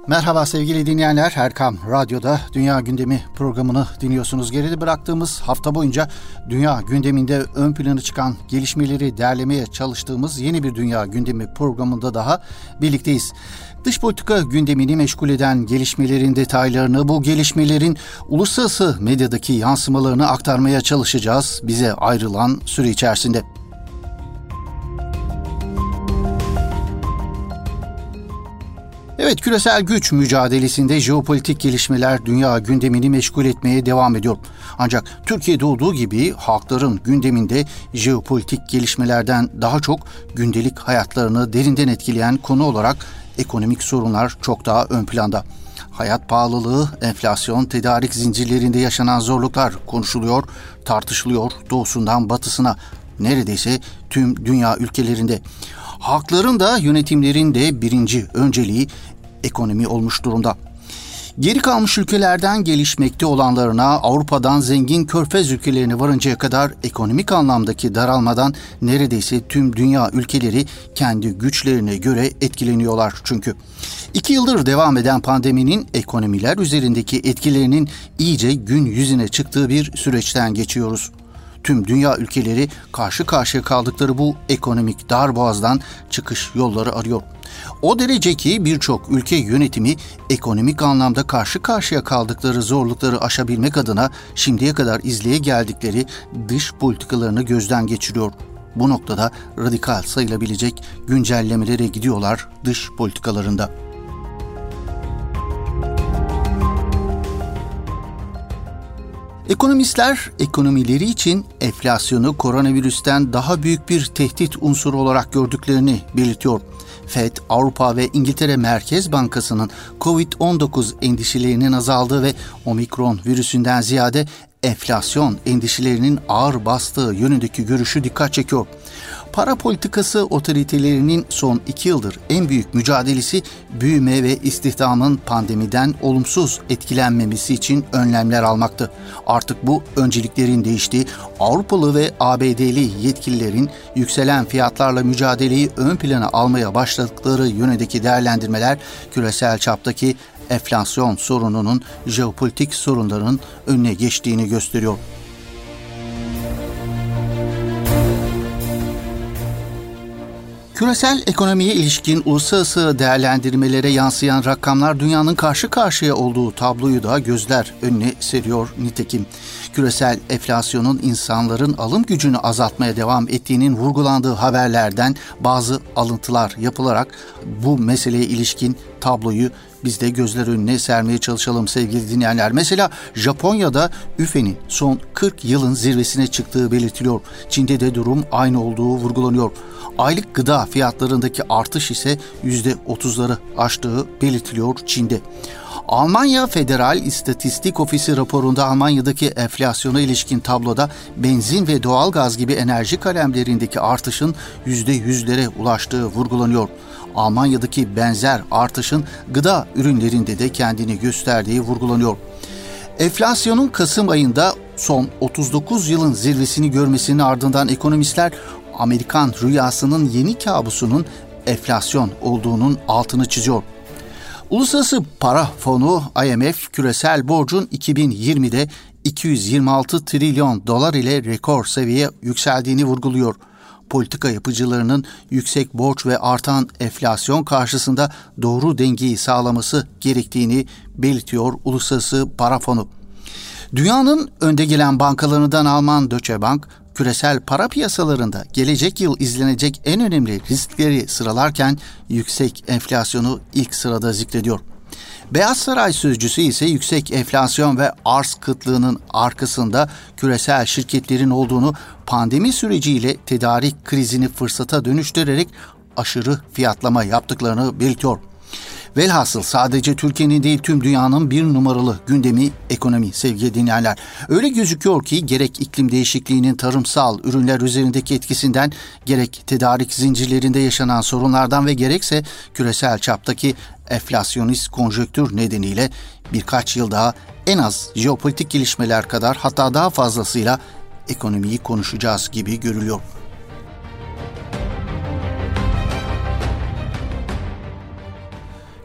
Merhaba sevgili dinleyenler, Erkam Radyo'da Dünya Gündemi programını dinliyorsunuz. Geride bıraktığımız hafta boyunca dünya gündeminde ön plana çıkan gelişmeleri derlemeye çalıştığımız yeni bir Dünya Gündemi programında daha birlikteyiz. Dış politika gündemini meşgul eden gelişmelerin detaylarını, bu gelişmelerin uluslararası medyadaki yansımalarını aktarmaya çalışacağız bize ayrılan süre içerisinde. Evet, küresel güç mücadelesinde jeopolitik gelişmeler dünya gündemini meşgul etmeye devam ediyor. Ancak Türkiye'de olduğu gibi halkların gündeminde jeopolitik gelişmelerden daha çok gündelik hayatlarını derinden etkileyen konu olarak ekonomik sorunlar çok daha ön planda. Hayat pahalılığı, enflasyon, tedarik zincirlerinde yaşanan zorluklar konuşuluyor, tartışılıyor doğusundan batısına, neredeyse tüm dünya ülkelerinde. Halkların da yönetimlerin de birinci önceliği ekonomi olmuş durumda. Geri kalmış ülkelerden gelişmekte olanlarına, Avrupa'dan zengin körfez ülkelerine varıncaya kadar ekonomik anlamdaki daralmadan neredeyse tüm dünya ülkeleri kendi güçlerine göre etkileniyorlar çünkü. 2 yıldır devam eden pandeminin ekonomiler üzerindeki etkilerinin iyice gün yüzüne çıktığı bir süreçten geçiyoruz. Tüm dünya ülkeleri karşı karşıya kaldıkları bu ekonomik darboğazdan çıkış yolları arıyor. O derece ki birçok ülke yönetimi ekonomik anlamda karşı karşıya kaldıkları zorlukları aşabilmek adına şimdiye kadar izleye geldikleri dış politikalarını gözden geçiriyor. Bu noktada radikal sayılabilecek güncellemelere gidiyorlar dış politikalarında. Ekonomistler ekonomileri için enflasyonu koronavirüsten daha büyük bir tehdit unsuru olarak gördüklerini belirtiyor. FED, Avrupa ve İngiltere Merkez Bankası'nın Covid-19 endişelerinin azaldığı ve omikron virüsünden ziyade enflasyon endişelerinin ağır bastığı yönündeki görüşü dikkat çekiyor. Para politikası otoritelerinin son 2 yıldır en büyük mücadelesi büyüme ve istihdamın pandemiden olumsuz etkilenmemesi için önlemler almaktı. Artık bu önceliklerin değiştiği, Avrupalı ve ABD'li yetkililerin yükselen fiyatlarla mücadeleyi ön plana almaya başladıkları yönündeki değerlendirmeler küresel çaptaki enflasyon sorununun jeopolitik sorunların önüne geçtiğini gösteriyor. Küresel ekonomiye ilişkin uluslararası değerlendirmelere yansıyan rakamlar dünyanın karşı karşıya olduğu tabloyu da gözler önüne seriyor nitekim. Küresel enflasyonun insanların alım gücünü azaltmaya devam ettiğinin vurgulandığı haberlerden bazı alıntılar yapılarak bu meseleye ilişkin tabloyu biz de gözler önüne sermeye çalışalım sevgili dinleyenler. Mesela Japonya'da üfenin son 40 yılın zirvesine çıktığı belirtiliyor. Çin'de de durum aynı olduğu vurgulanıyor. Aylık gıda fiyatlarındaki artış ise %30'ları aştığı belirtiliyor Çin'de. Almanya Federal İstatistik Ofisi raporunda Almanya'daki enflasyona ilişkin tabloda benzin ve doğalgaz gibi enerji kalemlerindeki artışın %100'lere ulaştığı vurgulanıyor. Almanya'daki benzer artışın gıda ürünlerinde de kendini gösterdiği vurgulanıyor. Enflasyonun Kasım ayında son 39 yılın zirvesini görmesinin ardından ekonomistler Amerikan rüyasının yeni kabusunun enflasyon olduğunun altını çiziyor. Uluslararası Para Fonu IMF küresel borcun 2020'de 226 trilyon dolar ile rekor seviyeye yükseldiğini vurguluyor. Politika yapıcılarının yüksek borç ve artan enflasyon karşısında doğru dengeyi sağlaması gerektiğini belirtiyor Uluslararası Para Fonu. Dünyanın önde gelen bankalarından Alman Deutsche Bank, küresel para piyasalarında gelecek yıl izlenecek en önemli riskleri sıralarken yüksek enflasyonu ilk sırada zikrediyor. Beyaz Saray sözcüsü ise yüksek enflasyon ve arz kıtlığının arkasında küresel şirketlerin olduğunu, pandemi süreciyle tedarik krizini fırsata dönüştürerek aşırı fiyatlama yaptıklarını belirtiyor. Velhasıl sadece Türkiye'nin değil tüm dünyanın bir numaralı gündemi ekonomi sevgili dinleyenler. Öyle gözüküyor ki gerek iklim değişikliğinin tarımsal ürünler üzerindeki etkisinden, gerek tedarik zincirlerinde yaşanan sorunlardan ve gerekse küresel çaptaki enflasyonist konjonktür nedeniyle birkaç yıl daha en az jeopolitik gelişmeler kadar, hatta daha fazlasıyla ekonomiyi konuşacağız gibi görülüyor.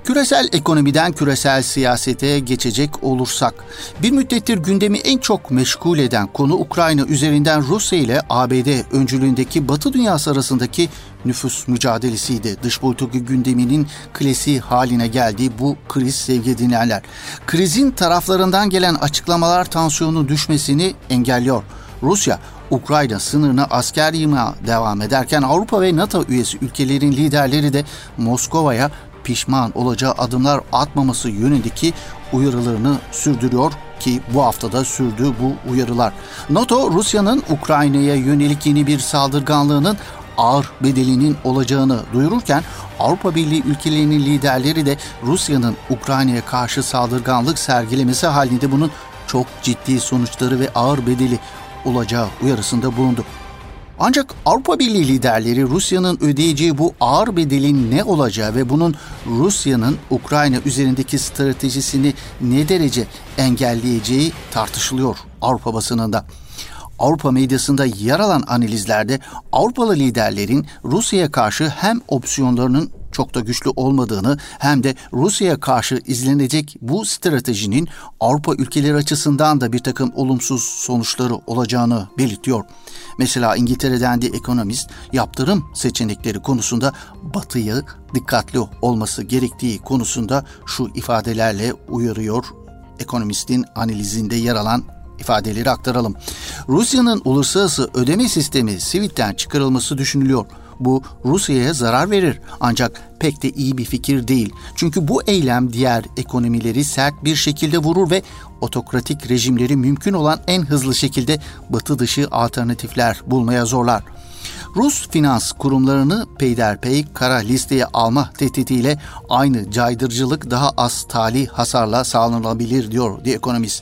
Küresel ekonomiden küresel siyasete geçecek olursak, bir müddettir gündemi en çok meşgul eden konu Ukrayna üzerinden Rusya ile ABD öncülüğündeki Batı dünyası arasındaki nüfus mücadelesiydi. Dış politika gündeminin klasiği haline geldiği bu kriz sevgili dinleyenler. Krizin taraflarından gelen açıklamalar tansiyonun düşmesini engelliyor. Rusya, Ukrayna sınırına asker yığmaya devam ederken Avrupa ve NATO üyesi ülkelerin liderleri de Moskova'ya pişman olacağı adımlar atmaması yönündeki uyarılarını sürdürüyor ki bu haftada sürdü bu uyarılar. NATO, Rusya'nın Ukrayna'ya yönelik yeni bir saldırganlığının ağır bedelinin olacağını duyururken Avrupa Birliği ülkelerinin liderleri de Rusya'nın Ukrayna'ya karşı saldırganlık sergilemesi halinde bunun çok ciddi sonuçları ve ağır bedeli olacağı uyarısında bulundu. Ancak Avrupa Birliği liderleri Rusya'nın ödeyeceği bu ağır bedelin ne olacağı ve bunun Rusya'nın Ukrayna üzerindeki stratejisini ne derece engelleyeceği tartışılıyor Avrupa basınında. Avrupa medyasında yer alan analizlerde Avrupalı liderlerin Rusya'ya karşı hem opsiyonlarının çok da güçlü olmadığını hem de Rusya'ya karşı izlenecek bu stratejinin Avrupa ülkeleri açısından da bir takım olumsuz sonuçları olacağını belirtiyor. Mesela İngiltere'den The Economist yaptırım seçenekleri konusunda Batı'yı dikkatli olması gerektiği konusunda şu ifadelerle uyarıyor. Economist'in analizinde yer alan ifadeleri aktaralım. Rusya'nın uluslararası ödeme sistemi SWIFT'ten çıkarılması düşünülüyor. Bu Rusya'ya zarar verir ancak pek de iyi bir fikir değil. Çünkü bu eylem diğer ekonomileri sert bir şekilde vurur ve otokratik rejimleri mümkün olan en hızlı şekilde batı dışı alternatifler bulmaya zorlar. Rus finans kurumlarını peyderpey kara listeye alma tehdidiyle aynı caydırıcılık daha az tali hasarla sağlanabilir diyor The Economist.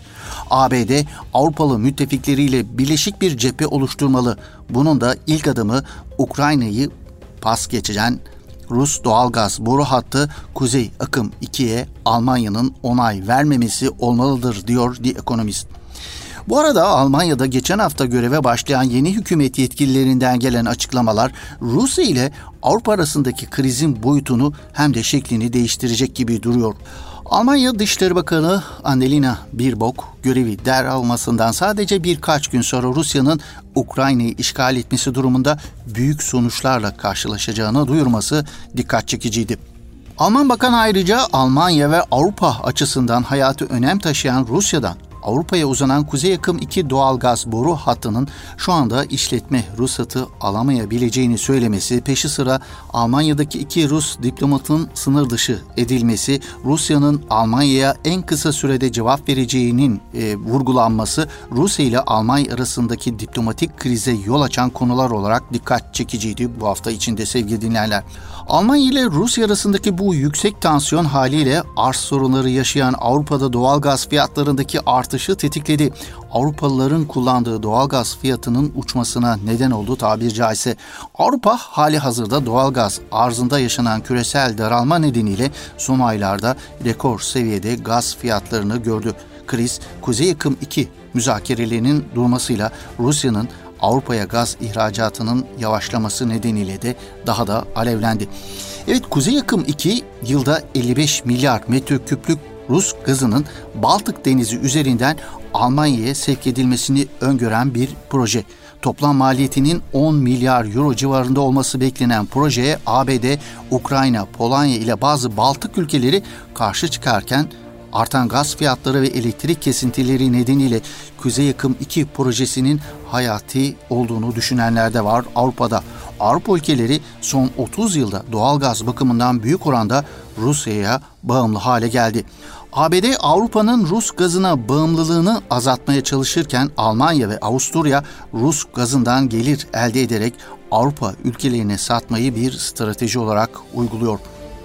ABD Avrupalı müttefikleriyle birleşik bir cephe oluşturmalı. Bunun da ilk adımı Ukrayna'yı pas geçen Rus doğalgaz boru hattı Kuzey Akım 2'ye Almanya'nın onay vermemesi olmalıdır diyor The Economist. Bu arada Almanya'da geçen hafta göreve başlayan yeni hükümet yetkililerinden gelen açıklamalar Rusya ile Avrupa arasındaki krizin boyutunu hem de şeklini değiştirecek gibi duruyor. Almanya Dışişleri Bakanı Annalena Baerbock görevi devralmasından sadece birkaç gün sonra Rusya'nın Ukrayna'yı işgal etmesi durumunda büyük sonuçlarla karşılaşacağını duyurması dikkat çekiciydi. Alman bakan ayrıca Almanya ve Avrupa açısından hayatı önem taşıyan Rusya'dan Avrupa'ya uzanan Kuzey Akım 2 doğalgaz boru hattının şu anda işletme ruhsatı alamayabileceğini söylemesi, peşi sıra Almanya'daki 2 Rus diplomatın sınır dışı edilmesi, Rusya'nın Almanya'ya en kısa sürede cevap vereceğinin vurgulanması, Rusya ile Almanya arasındaki diplomatik krize yol açan konular olarak dikkat çekiciydi bu hafta içinde sevgili dinleyenler. Almanya ile Rusya arasındaki bu yüksek tansiyon haliyle arz sorunları yaşayan Avrupa'da doğalgaz fiyatlarındaki artışı tetikledi. Avrupalıların kullandığı doğalgaz fiyatının uçmasına neden oldu tabiri caizse. Avrupa hali hazırda doğalgaz arzında yaşanan küresel daralma nedeniyle son aylarda rekor seviyede gaz fiyatlarını gördü. Kriz, Kuzey Akım 2 müzakerelerinin durmasıyla Rusya'nın Avrupa'ya gaz ihracatının yavaşlaması nedeniyle de daha da alevlendi. Evet, Kuzey Akım 2 yılda 55 milyar metreküplük Rus gazının Baltık Denizi üzerinden Almanya'ya sevk edilmesini öngören bir proje. Toplam maliyetinin 10 milyar euro civarında olması beklenen projeye ABD, Ukrayna, Polonya ile bazı Baltık ülkeleri karşı çıkarken artan gaz fiyatları ve elektrik kesintileri nedeniyle Kuzey Akım 2 projesinin hayati olduğunu düşünenler de var Avrupa'da. Avrupa ülkeleri son 30 yılda doğalgaz bakımından büyük oranda Rusya'ya bağımlı hale geldi. ABD Avrupa'nın Rus gazına bağımlılığını azaltmaya çalışırken Almanya ve Avusturya Rus gazından gelir elde ederek Avrupa ülkelerine satmayı bir strateji olarak uyguluyor.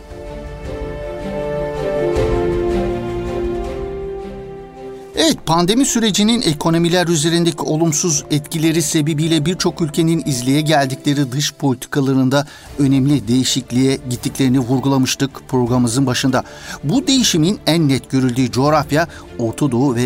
Evet, pandemi sürecinin ekonomiler üzerindeki olumsuz etkileri sebebiyle birçok ülkenin izleye geldikleri dış politikalarında önemli değişikliğe gittiklerini vurgulamıştık programımızın başında. Bu değişimin en net görüldüğü coğrafya Orta Doğu ve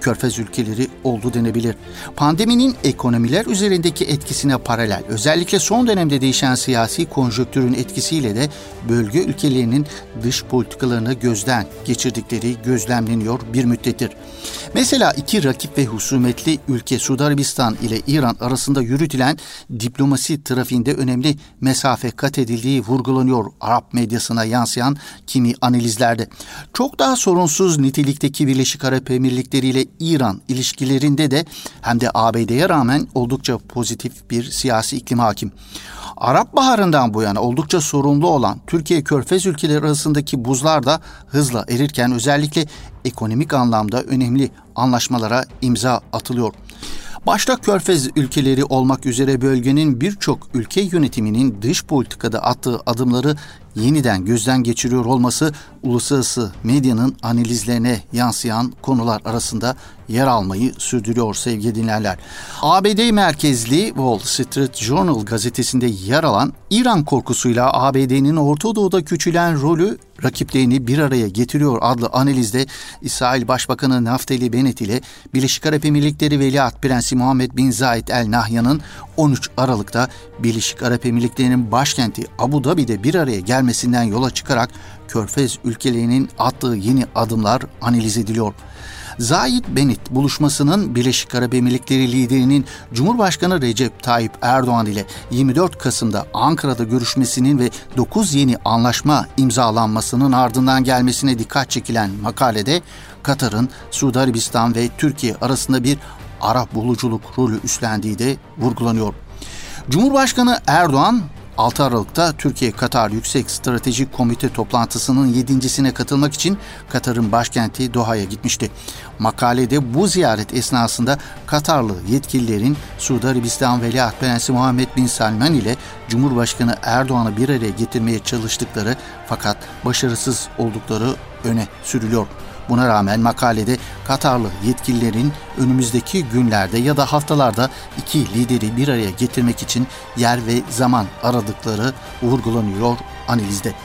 Körfez ülkeleri oldu denebilir. Pandeminin ekonomiler üzerindeki etkisine paralel, özellikle son dönemde değişen siyasi konjonktürün etkisiyle de bölge ülkelerinin dış politikalarını gözden geçirdikleri gözlemleniyor bir müddettir. Mesela iki rakip ve husumetli ülke Suudi Arabistan ile İran arasında yürütülen diplomasi trafiğinde önemli mesafe kat edildiği vurgulanıyor Arap medyasına yansıyan kimi analizlerde. Çok daha sorunsuz nitelikteki Birleşik Arap Emirlikleri ile İran ilişkilerinde de hem de ABD'ye rağmen oldukça pozitif bir siyasi iklim hakim. Arap Baharı'ndan bu yana oldukça sorunlu olan Türkiye-Körfez ülkeleri arasındaki buzlar da hızla erirken özellikle ekonomik anlamda önemli anlaşmalara imza atılıyor. Başta Körfez ülkeleri olmak üzere bölgenin birçok ülke yönetiminin dış politikada attığı adımları yeniden gözden geçiriyor olması uluslararası medyanın analizlerine yansıyan konular arasında yer almayı sürdürüyor sevgili dinleyenler. ABD merkezli Wall Street Journal gazetesinde yer alan İran korkusuyla ABD'nin Orta Doğu'da küçülen rolü rakiplerini bir araya getiriyor adlı analizde İsrail Başbakanı Naftali Bennett ile Birleşik Arap Emirlikleri Veliaht Prensi Muhammed bin Zayed El Nahyan'ın 13 Aralık'ta Birleşik Arap Emirlikleri'nin başkenti Abu Dhabi'de bir araya gelmesinden yola çıkarak Körfez ülkelerinin attığı yeni adımlar analiz ediliyor. Zayed Bennett buluşmasının Birleşik Arap Emirlikleri liderinin Cumhurbaşkanı Recep Tayyip Erdoğan ile 24 Kasım'da Ankara'da görüşmesinin ve 9 yeni anlaşma imzalanmasının ardından gelmesine dikkat çekilen makalede Katar'ın Suudi Arabistan ve Türkiye arasında bir Arap buluculuk rolü üstlendiği de vurgulanıyor. Cumhurbaşkanı Erdoğan 6 Aralık'ta Türkiye-Katar Yüksek Stratejik Komite toplantısının 7.sine katılmak için Katar'ın başkenti Doha'ya gitmişti. Makalede bu ziyaret esnasında Katarlı yetkililerin Suudi Arabistan Veliaht Prensi Muhammed bin Salman ile Cumhurbaşkanı Erdoğan'ı bir araya getirmeye çalıştıkları fakat başarısız oldukları öne sürülüyor. Buna rağmen makalede Katarlı yetkililerin önümüzdeki günlerde ya da haftalarda iki lideri bir araya getirmek için yer ve zaman aradıkları vurgulanıyor analizde.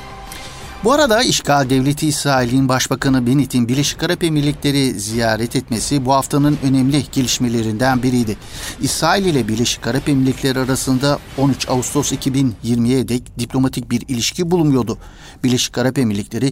Bu arada işgal devleti İsrail'in Başbakanı Bennett'in Birleşik Arap Emirlikleri ziyaret etmesi bu haftanın önemli gelişmelerinden biriydi. İsrail ile Birleşik Arap Emirlikleri arasında 13 Ağustos 2020'ye dek diplomatik bir ilişki bulunmuyordu. Birleşik Arap Emirlikleri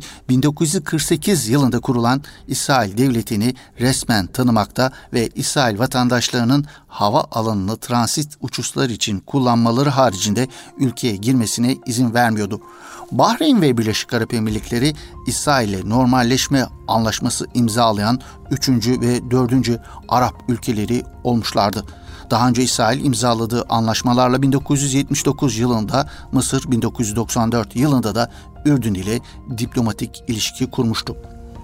1948 yılında kurulan İsrail devletini resmen tanımakta ve İsrail vatandaşlarının hava alanını transit uçuşlar için kullanmaları haricinde ülkeye girmesine izin vermiyordu. Bahreyn ve Birleşik Arap Emirlikleri İsrail ile normalleşme anlaşması imzalayan 3. ve 4. Arap ülkeleri olmuşlardı. Daha önce İsrail imzaladığı anlaşmalarla 1979 yılında Mısır, 1994 yılında da Ürdün ile diplomatik ilişki kurmuştu.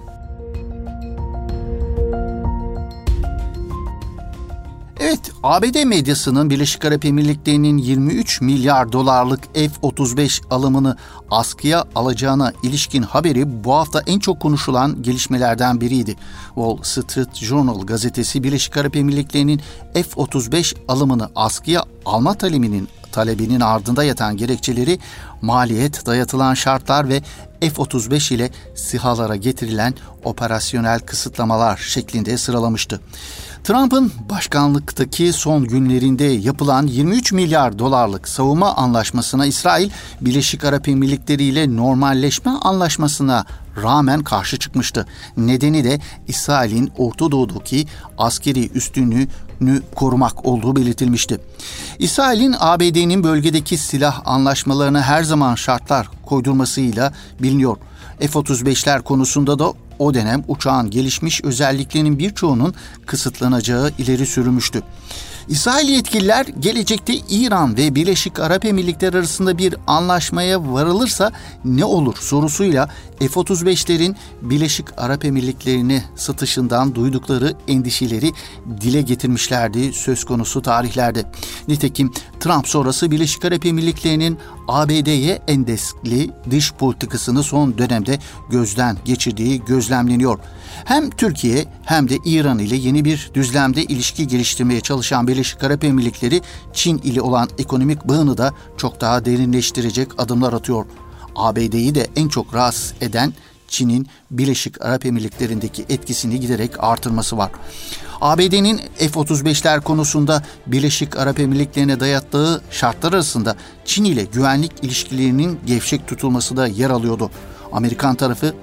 Evet, ABD medyasının Birleşik Arap Emirlikleri'nin 23 milyar dolarlık F-35 alımını askıya alacağına ilişkin haberi bu hafta en çok konuşulan gelişmelerden biriydi. Wall Street Journal gazetesi Birleşik Arap Emirlikleri'nin F-35 alımını askıya alma talebinin ardında yatan gerekçeleri maliyet, dayatılan şartlar ve F-35 ile SİHA'lara getirilen operasyonel kısıtlamalar şeklinde sıralamıştı. Trump'ın başkanlıktaki son günlerinde yapılan 23 milyar dolarlık savunma anlaşmasına İsrail, Birleşik Arap Emirlikleri ile normalleşme anlaşmasına rağmen karşı çıkmıştı. Nedeni de İsrail'in Orta Doğu'daki askeri üstünlüğünü korumak olduğu belirtilmişti. İsrail'in ABD'nin bölgedeki silah anlaşmalarına her zaman şartlar koydurmasıyla biliniyor. F-35'ler konusunda da o dönem uçağın gelişmiş özelliklerinin birçoğunun kısıtlanacağı ileri sürülmüştü. İsrail yetkililer gelecekte İran ve Birleşik Arap Emirlikleri arasında bir anlaşmaya varılırsa ne olur sorusuyla F-35'lerin Birleşik Arap Emirlikleri'ne satışından duydukları endişeleri dile getirmişlerdi söz konusu tarihlerde. Nitekim Trump sonrası Birleşik Arap Emirlikleri'nin ABD'ye endeksli dış politikasını son dönemde gözden geçirdiği gözlemleniyor. Hem Türkiye hem de İran ile yeni bir düzlemde ilişki geliştirmeye çalışan Birleşik Arap Emirlikleri, Çin ile olan ekonomik bağını da çok daha derinleştirecek adımlar atıyor. ABD'yi de en çok rahatsız eden Çin'in Birleşik Arap Emirlikleri'ndeki etkisini giderek artırması var. ABD'nin F-35'ler konusunda Birleşik Arap Emirlikleri'ne dayattığı şartlar arasında Çin ile güvenlik ilişkilerinin gevşek tutulması da yer alıyordu. Amerikan tarafı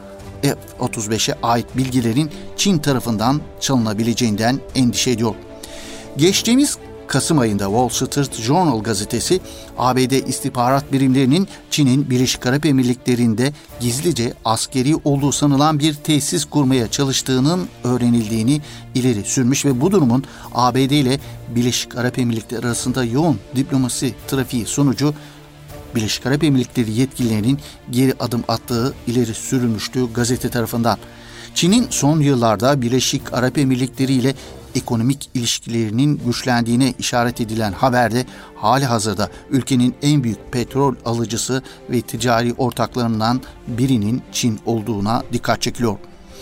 F-35'e ait bilgilerin Çin tarafından çalınabileceğinden endişe ediyor. Geçtiğimiz Kasım ayında Wall Street Journal gazetesi, ABD istihbarat birimlerinin Çin'in Birleşik Arap Emirlikleri'nde gizlice askeri olduğu sanılan bir tesis kurmaya çalıştığının öğrenildiğini ileri sürmüş ve bu durumun ABD ile Birleşik Arap Emirlikleri arasında yoğun diplomasi trafiği sonucu Birleşik Arap Emirlikleri yetkililerinin geri adım attığı ileri sürülmüştü gazete tarafından. Çin'in son yıllarda Birleşik Arap Emirlikleri ile ekonomik ilişkilerinin güçlendiğine işaret edilen haberde halihazırda ülkenin en büyük petrol alıcısı ve ticari ortaklarından birinin Çin olduğuna dikkat çekiliyor.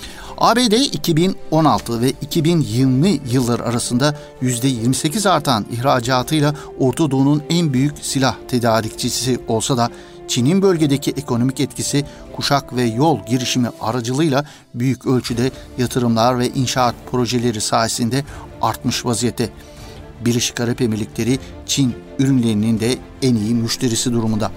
ABD 2016 ve 2020 yılları arasında %28 artan ihracatıyla Orta Doğu'nun en büyük silah tedarikçisi olsa da Çin'in bölgedeki ekonomik etkisi kuşak ve yol girişimi aracılığıyla büyük ölçüde yatırımlar ve inşaat projeleri sayesinde artmış vaziyette. Birleşik Arap Emirlikleri Çin ürünlerinin de en iyi müşterisi durumunda.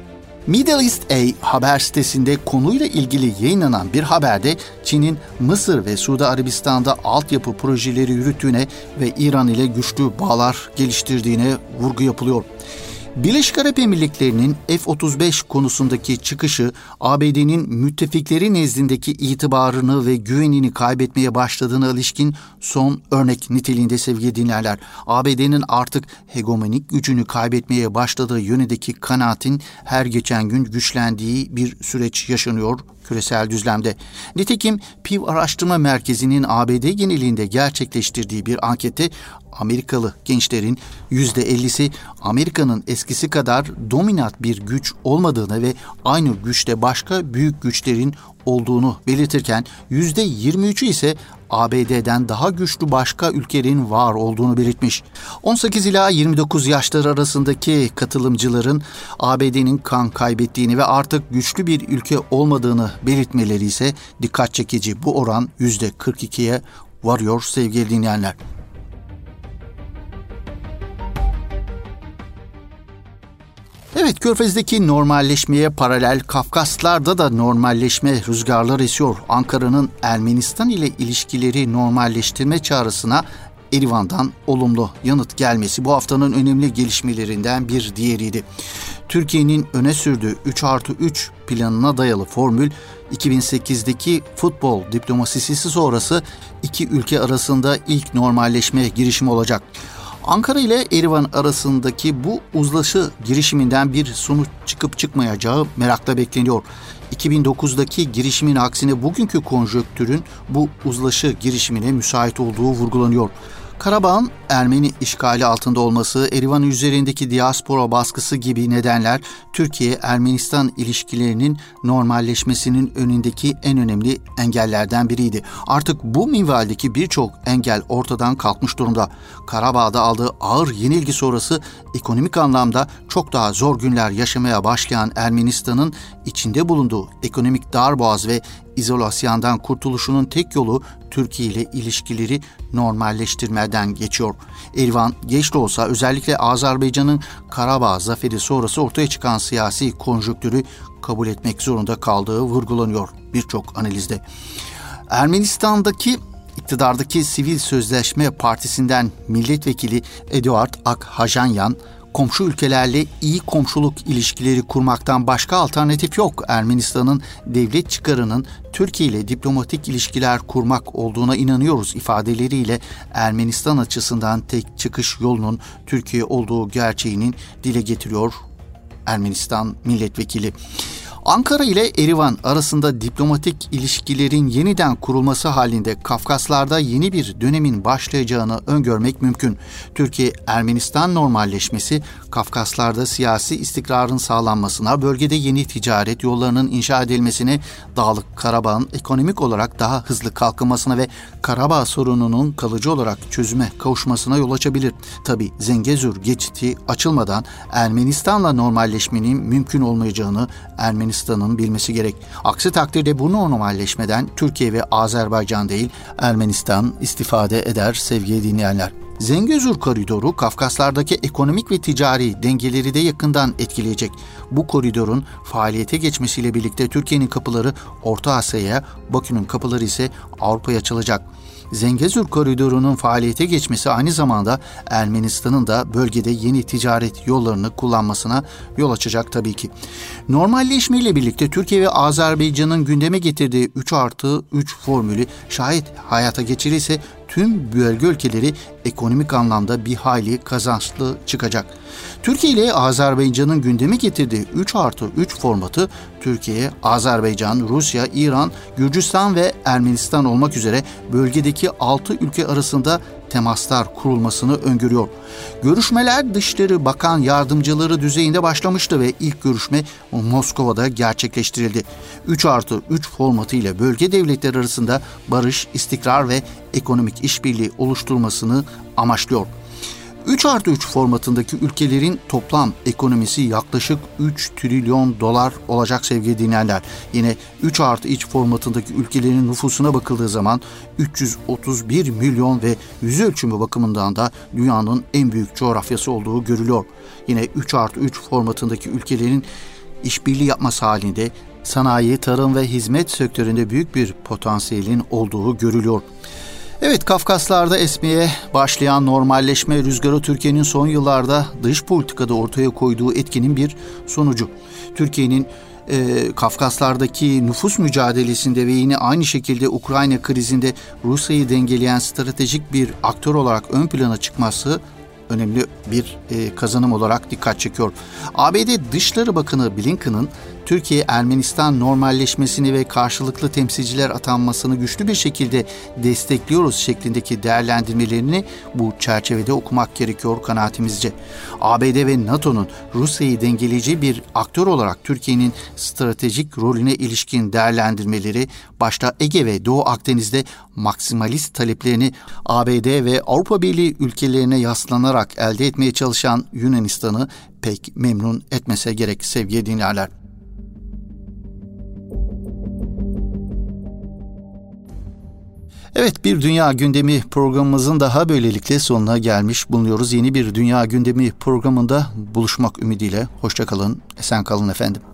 Middle East A haber sitesinde konuyla ilgili yayınlanan bir haberde Çin'in Mısır ve Suudi Arabistan'da altyapı projeleri yürüttüğüne ve İran ile güçlü bağlar geliştirdiğine vurgu yapılıyor. Birleşik Arap Emirlikleri'nin F-35 konusundaki çıkışı ABD'nin müttefikleri nezdindeki itibarını ve güvenini kaybetmeye başladığına ilişkin son örnek niteliğinde sevgili dinleyenler. ABD'nin artık hegemonik gücünü kaybetmeye başladığı yönündeki kanaatin her geçen gün güçlendiği bir süreç yaşanıyor küresel düzlemde. Nitekim Pew Araştırma Merkezi'nin ABD genelinde gerçekleştirdiği bir ankette Amerikalı gençlerin %50'si Amerika'nın eskisi kadar dominant bir güç olmadığını ve aynı güçte başka büyük güçlerin olduğunu belirtirken %23'ü ise ABD'den daha güçlü başka ülkelerin var olduğunu belirtmiş. 18 ila 29 yaşları arasındaki katılımcıların ABD'nin kan kaybettiğini ve artık güçlü bir ülke olmadığını belirtmeleri ise dikkat çekici. Bu oran %42'ye varıyor sevgili dinleyenler. Evet, Körfez'deki normalleşmeye paralel Kafkaslar'da da normalleşme rüzgarları esiyor. Ankara'nın Ermenistan ile ilişkileri normalleştirme çağrısına Erivan'dan olumlu yanıt gelmesi bu haftanın önemli gelişmelerinden bir diğeriydi. Türkiye'nin öne sürdüğü 3+3 planına dayalı formül 2008'deki futbol diplomasisi sonrası iki ülke arasında ilk normalleşme girişimi olacak. Ankara ile Erivan arasındaki bu uzlaşı girişiminden bir sonuç çıkıp çıkmayacağı merakla bekleniyor. 2009'daki girişimin aksine bugünkü konjonktürün bu uzlaşı girişimine müsait olduğu vurgulanıyor. Karabağ'ın Ermeni işgali altında olması, Erivan üzerindeki diaspora baskısı gibi nedenler Türkiye-Ermenistan ilişkilerinin normalleşmesinin önündeki en önemli engellerden biriydi. Artık bu minvaldeki birçok engel ortadan kalkmış durumda. Karabağ'da aldığı ağır yenilgi sonrası ekonomik anlamda çok daha zor günler yaşamaya başlayan Ermenistan'ın içinde bulunduğu ekonomik darboğaz ve izolasyondan kurtuluşunun tek yolu Türkiye ile ilişkileri normalleştirmeden geçiyor. Erivan geç de olsa özellikle Azerbaycan'ın Karabağ zaferi sonrası ortaya çıkan siyasi konjonktürü kabul etmek zorunda kaldığı vurgulanıyor birçok analizde. Ermenistan'daki iktidardaki Sivil Sözleşme Partisi'nden milletvekili Eduard Akhajanyan, komşu ülkelerle iyi komşuluk ilişkileri kurmaktan başka alternatif yok. Ermenistan'ın devlet çıkarının Türkiye ile diplomatik ilişkiler kurmak olduğuna inanıyoruz ifadeleriyle Ermenistan açısından tek çıkış yolunun Türkiye olduğu gerçeğinin dile getiriyor Ermenistan milletvekili. Ankara ile Erivan arasında diplomatik ilişkilerin yeniden kurulması halinde Kafkaslar'da yeni bir dönemin başlayacağını öngörmek mümkün. Türkiye-Ermenistan normalleşmesi, Kafkaslar'da siyasi istikrarın sağlanmasına, bölgede yeni ticaret yollarının inşa edilmesine, Dağlık Karabağ'ın ekonomik olarak daha hızlı kalkınmasına ve Karabağ sorununun kalıcı olarak çözüme kavuşmasına yol açabilir. Tabii Zengezur geçidi açılmadan Ermenistan'la normalleşmenin mümkün olmayacağını Ermenistan Yunanistan'ın bilmesi gerek. Aksi takdirde bu normalleşmeden Türkiye ve Azerbaycan değil Ermenistan istifade eder sevgili dinleyenler. Zengezur koridoru Kafkaslardaki ekonomik ve ticari dengeleri de yakından etkileyecek. Bu koridorun faaliyete geçmesiyle birlikte Türkiye'nin kapıları Orta Asya'ya, Bakü'nün kapıları ise Avrupa'ya açılacak. Zengezur koridorunun faaliyete geçmesi aynı zamanda Ermenistan'ın da bölgede yeni ticaret yollarını kullanmasına yol açacak tabii ki. Normalleşmeyle birlikte Türkiye ve Azerbaycan'ın gündeme getirdiği 3+3 formülü şayet hayata geçirirse tüm bölge ülkeleri ekonomik anlamda bir hayli kazançlı çıkacak. Türkiye ile Azerbaycan'ın gündeme getirdiği 3+3 formatı Türkiye, Azerbaycan, Rusya, İran, Gürcistan ve Ermenistan olmak üzere bölgedeki 6 ülke arasında temaslar kurulmasını öngörüyor. Görüşmeler Dışişleri Bakan Yardımcıları düzeyinde başlamıştı ve ilk görüşme Moskova'da gerçekleştirildi. 3+3 formatı ile bölge devletleri arasında barış, istikrar ve ekonomik işbirliği oluşturmasını amaçlıyor. 3+3 formatındaki ülkelerin toplam ekonomisi yaklaşık 3 trilyon dolar olacak sevgili dinleyenler. Yine 3+3 formatındaki ülkelerin nüfusuna bakıldığı zaman 331 milyon ve yüz ölçümü bakımından da dünyanın en büyük coğrafyası olduğu görülüyor. Yine 3+3 formatındaki ülkelerin işbirliği yapması halinde sanayi, tarım ve hizmet sektöründe büyük bir potansiyelin olduğu görülüyor. Evet, Kafkaslar'da esmeye başlayan normalleşme rüzgarı Türkiye'nin son yıllarda dış politikada ortaya koyduğu etkinin bir sonucu. Türkiye'nin Kafkaslar'daki nüfus mücadelesinde ve yine aynı şekilde Ukrayna krizinde Rusya'yı dengeleyen stratejik bir aktör olarak ön plana çıkması önemli bir kazanım olarak dikkat çekiyor. ABD Dışişleri Bakanı Blinken'ın Türkiye-Ermenistan normalleşmesini ve karşılıklı temsilciler atanmasını güçlü bir şekilde destekliyoruz şeklindeki değerlendirmelerini bu çerçevede okumak gerekiyor kanaatimizce. ABD ve NATO'nun Rusya'yı dengeleyici bir aktör olarak Türkiye'nin stratejik rolüne ilişkin değerlendirmeleri başta Ege ve Doğu Akdeniz'de maksimalist taleplerini ABD ve Avrupa Birliği ülkelerine yaslanarak elde etmeye çalışan Yunanistan'ı pek memnun etmese gerek sevgili dinleyenler. Evet, bir Dünya Gündemi programımızın daha böylelikle sonuna gelmiş bulunuyoruz. Yeni bir Dünya Gündemi programında buluşmak ümidiyle. Hoşça kalın, esen kalın efendim.